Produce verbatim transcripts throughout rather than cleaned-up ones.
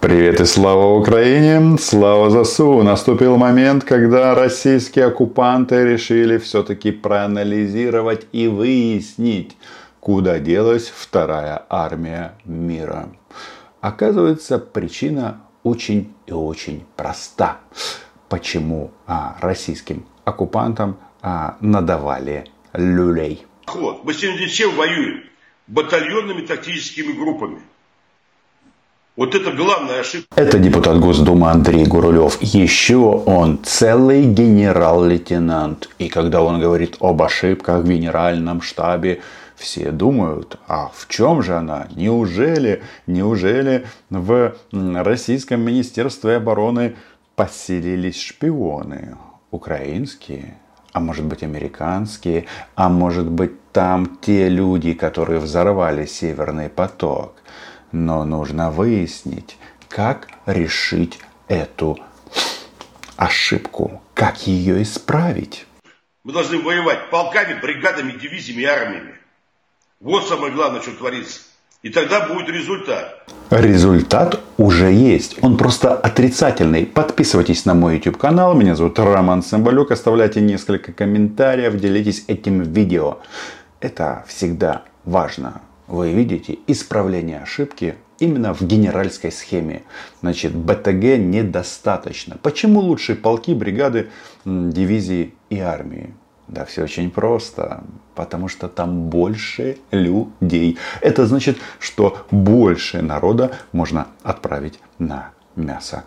Привет и слава Украине, слава ЗСУ. Наступил момент, когда российские оккупанты решили все-таки проанализировать и выяснить, куда делась вторая армия мира. Оказывается, причина очень и очень проста. Почему а, российским оккупантам а, надавали люлей? Мы сегодня чем воюем? Батальонными тактическими группами. Вот это главная ошибка. Это депутат Госдумы Андрей Гурулев. Еще он целый генерал-лейтенант. И когда он говорит об ошибках в генеральном штабе, все думают, а в чем же она? Неужели, неужели в российском министерстве обороны поселились шпионы? Украинские? А может быть американские? А может быть там те люди, которые взорвали Северный поток? Но нужно выяснить, как решить эту ошибку, как ее исправить. Мы должны воевать полками, бригадами, дивизиями и армиями. Вот самое главное, что творится. И тогда будет результат. Результат уже есть. Он просто отрицательный. Подписывайтесь на мой YouTube канал. Меня зовут Роман Цымбалюк. Оставляйте несколько комментариев. Делитесь этим видео. Это всегда важно. Вы видите исправление ошибки именно в генеральской схеме. Значит, БТГ недостаточно. Почему лучше полки, бригады, дивизии и армии? Да все очень просто. Потому что там больше людей. Это значит, что больше народа можно отправить на мясо.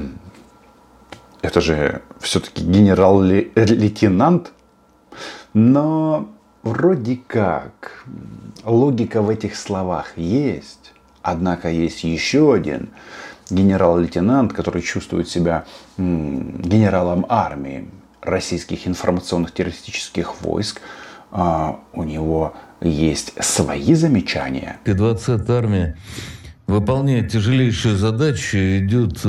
Это же все-таки генерал-лейтенант. Но вроде как логика в этих словах есть. Однако есть еще один генерал-лейтенант, который чувствует себя генералом армии российских информационных террористических войск. А у него есть свои замечания. двадцатая армия выполняет тяжелейшую задачу. Идет,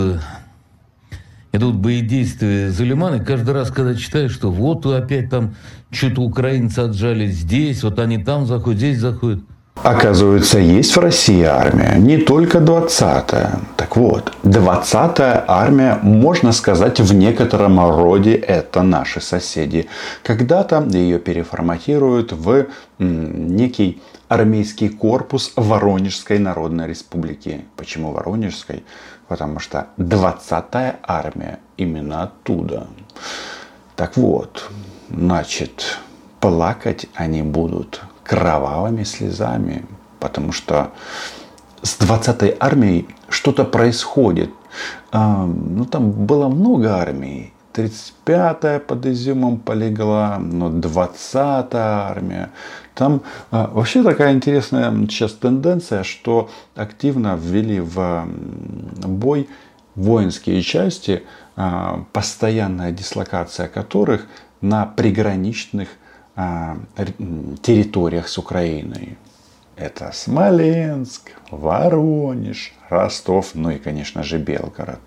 идут боедействия за Лиман. И каждый раз, когда читаешь, что вот опять там что-то украинцы отжали здесь, вот они там заходят, здесь заходят. Оказывается, есть в России армия, не только двадцатая. Так вот, двадцатая армия, можно сказать, в некотором роде это наши соседи. Когда-то ее переформатируют в некий армейский корпус Воронежской Народной Республики. Почему Воронежской? Потому что двадцатая армия именно оттуда. Так вот, значит, плакать они будут кровавыми слезами, потому что с двадцатой армией что-то происходит. А, ну, там было много армий. тридцать пятая под Изюмом полегла, но двадцатая армия. Там а, вообще такая интересная сейчас тенденция, что активно ввели в бой воинские части, а, постоянная дислокация которых на приграничных территориях с Украиной. Это Смоленск, Воронеж, Ростов, ну и, конечно же, Белгород.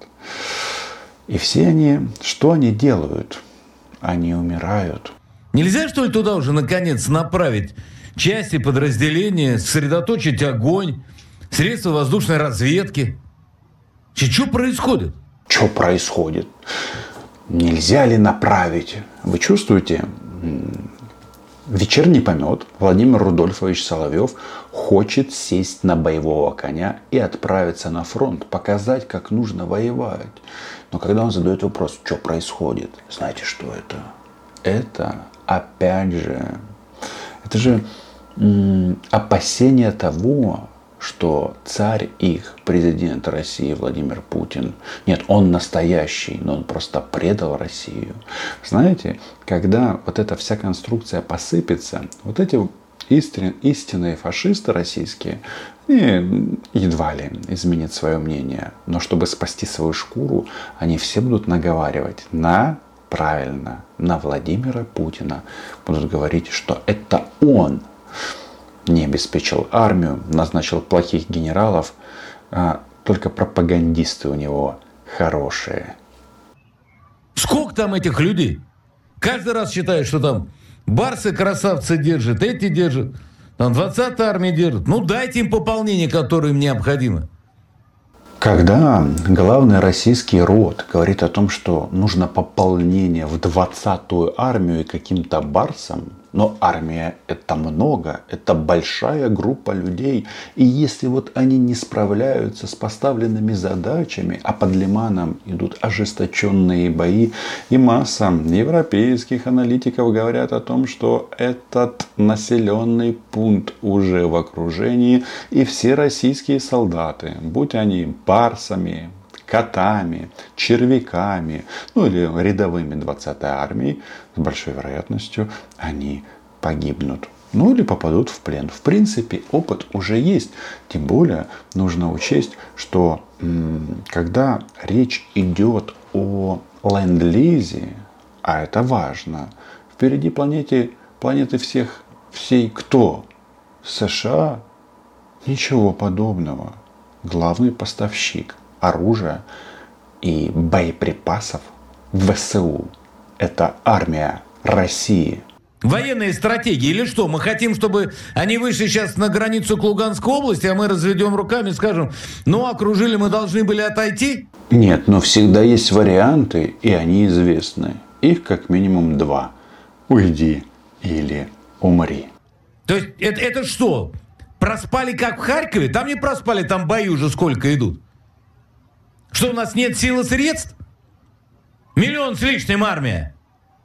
И все они, что они делают? Они умирают. Нельзя, что ли, туда уже, наконец, направить части, подразделения, сосредоточить огонь, средства воздушной разведки? Что происходит? Что происходит? Нельзя ли направить? Вы чувствуете? Вечерний помет Владимир Рудольфович Соловьев хочет сесть на боевого коня и отправиться на фронт, показать, как нужно воевать. Но когда он задает вопрос, что происходит, знаете, что это? Это, опять же, это же м- опасение того, что царь их, президент России Владимир Путин, нет, он настоящий, но он просто предал Россию. Знаете, когда вот эта вся конструкция посыпется, вот эти истин, истинные фашисты российские, они едва ли изменят свое мнение. Но чтобы спасти свою шкуру, они все будут наговаривать на, правильно, на Владимира Путина. Будут говорить, что это он не обеспечил армию, назначил плохих генералов, а только пропагандисты у него хорошие. Сколько там этих людей? Каждый раз считают, что там барсы красавцы держат, эти держат, там двадцатая армия держит. Ну дайте им пополнение, которое им необходимо. Когда главный российский род говорит о том, что нужно пополнение в двадцатую армию и каким-то барсам, но армия это много, это большая группа людей. И если вот они не справляются с поставленными задачами, а под Лиманом идут ожесточенные бои, и масса европейских аналитиков говорят о том, что этот населенный пункт уже в окружении, и все российские солдаты, будь они барсами, котами, червяками, ну или рядовыми двадцатой армией, с большой вероятностью они погибнут. Ну или попадут в плен. В принципе, опыт уже есть. Тем более, нужно учесть, что м- когда речь идет о ленд-лизе, а это важно, впереди планеты, планеты всех, всей кто? США? Ничего подобного. Главный поставщик оружия и боеприпасов в ВСУ. Это армия России. Военные стратегии или что? Мы хотим, чтобы они вышли сейчас на границу к Луганской области, а мы разведем руками и скажем, ну, окружили, мы должны были отойти? Нет, но всегда есть варианты, и они известны. Их как минимум два. Уйди или умри. То есть это, это что? Проспали как в Харькове? Там не проспали, там бои уже сколько идут. Что, у нас нет сил и средств? Миллион с лишним армия.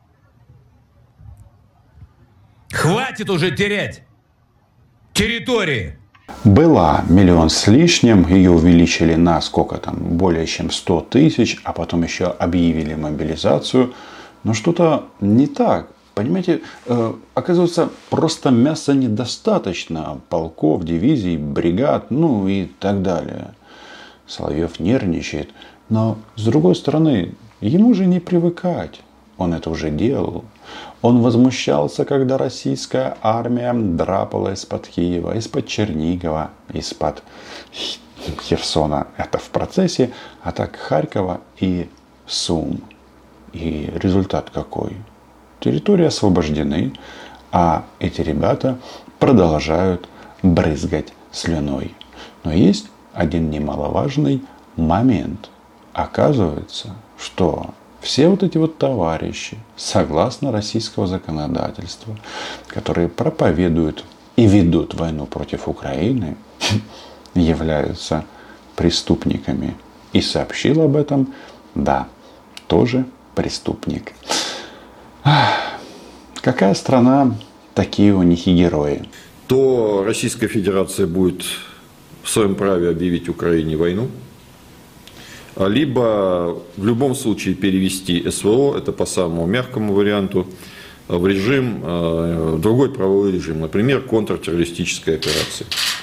Хватит уже терять территории. Была миллион с лишним, ее увеличили на сколько там, более чем сто тысяч, а потом еще объявили мобилизацию. Но что-то не так. Понимаете, э, оказывается, просто мяса недостаточно. Полков, дивизий, бригад, ну и так далее. Соловьев нервничает. Но, с другой стороны, ему же не привыкать. Он это уже делал. Он возмущался, когда российская армия драпала из-под Киева, из-под Чернигова, из-под Херсона. Это в процессе. А так Харькова и Сум. И результат какой? Территории освобождены, а эти ребята продолжают брызгать слюной. Но есть один немаловажный момент. Оказывается, что все вот эти вот товарищи, согласно российского законодательства, которые проповедуют и ведут войну против Украины, являются преступниками. И сообщил об этом, да, тоже преступник. Какая страна, такие у них и герои. То Российская Федерация будет в своем праве объявить Украине войну, либо в любом случае перевести СВО, это по самому мягкому варианту, в режим, в другой правовой режим, например, контртеррористической операции.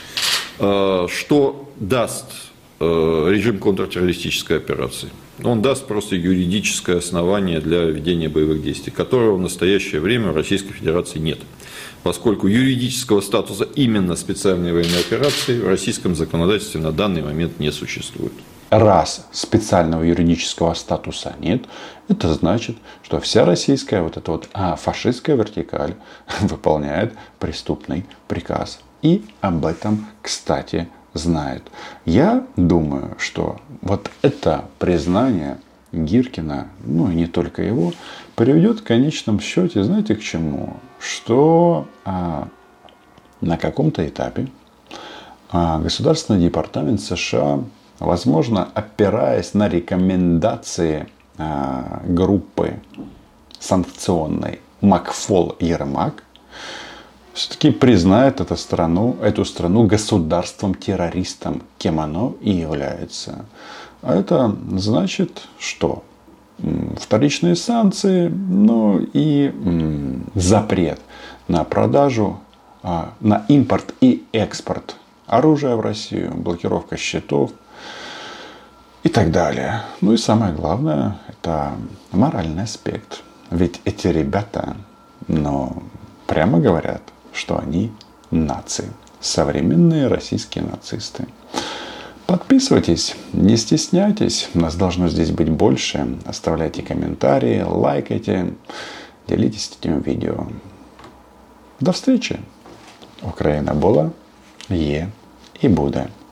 Что даст режим контртеррористической операции? Он даст просто юридическое основание для ведения боевых действий, которого в настоящее время в Российской Федерации нет. Поскольку юридического статуса именно специальной военной операции в российском законодательстве на данный момент не существует. Раз специального юридического статуса нет, это значит, что вся российская вот эта вот а, фашистская вертикаль выполняет преступный приказ. И об этом, кстати, знает. Я думаю, что вот это признание Гиркина, ну и не только его, приведет в конечном счете, знаете, к чему? Что а, на каком-то этапе а, Государственный департамент США, возможно, опираясь на рекомендации а, группы санкционной Макфол-Ермак, все-таки признает эту страну, эту страну государством-террористом, кем оно и является. А это значит, что вторичные санкции, ну и м, запрет на продажу, а, на импорт и экспорт оружия в Россию, блокировка счетов и так далее. Ну и самое главное, это моральный аспект. Ведь эти ребята, ну, прямо говорят, что они нации. Современные российские нацисты. Подписывайтесь, не стесняйтесь. Нас должно здесь быть больше. Оставляйте комментарии, лайкайте, делитесь этим видео. До встречи. Україна була, є і буде.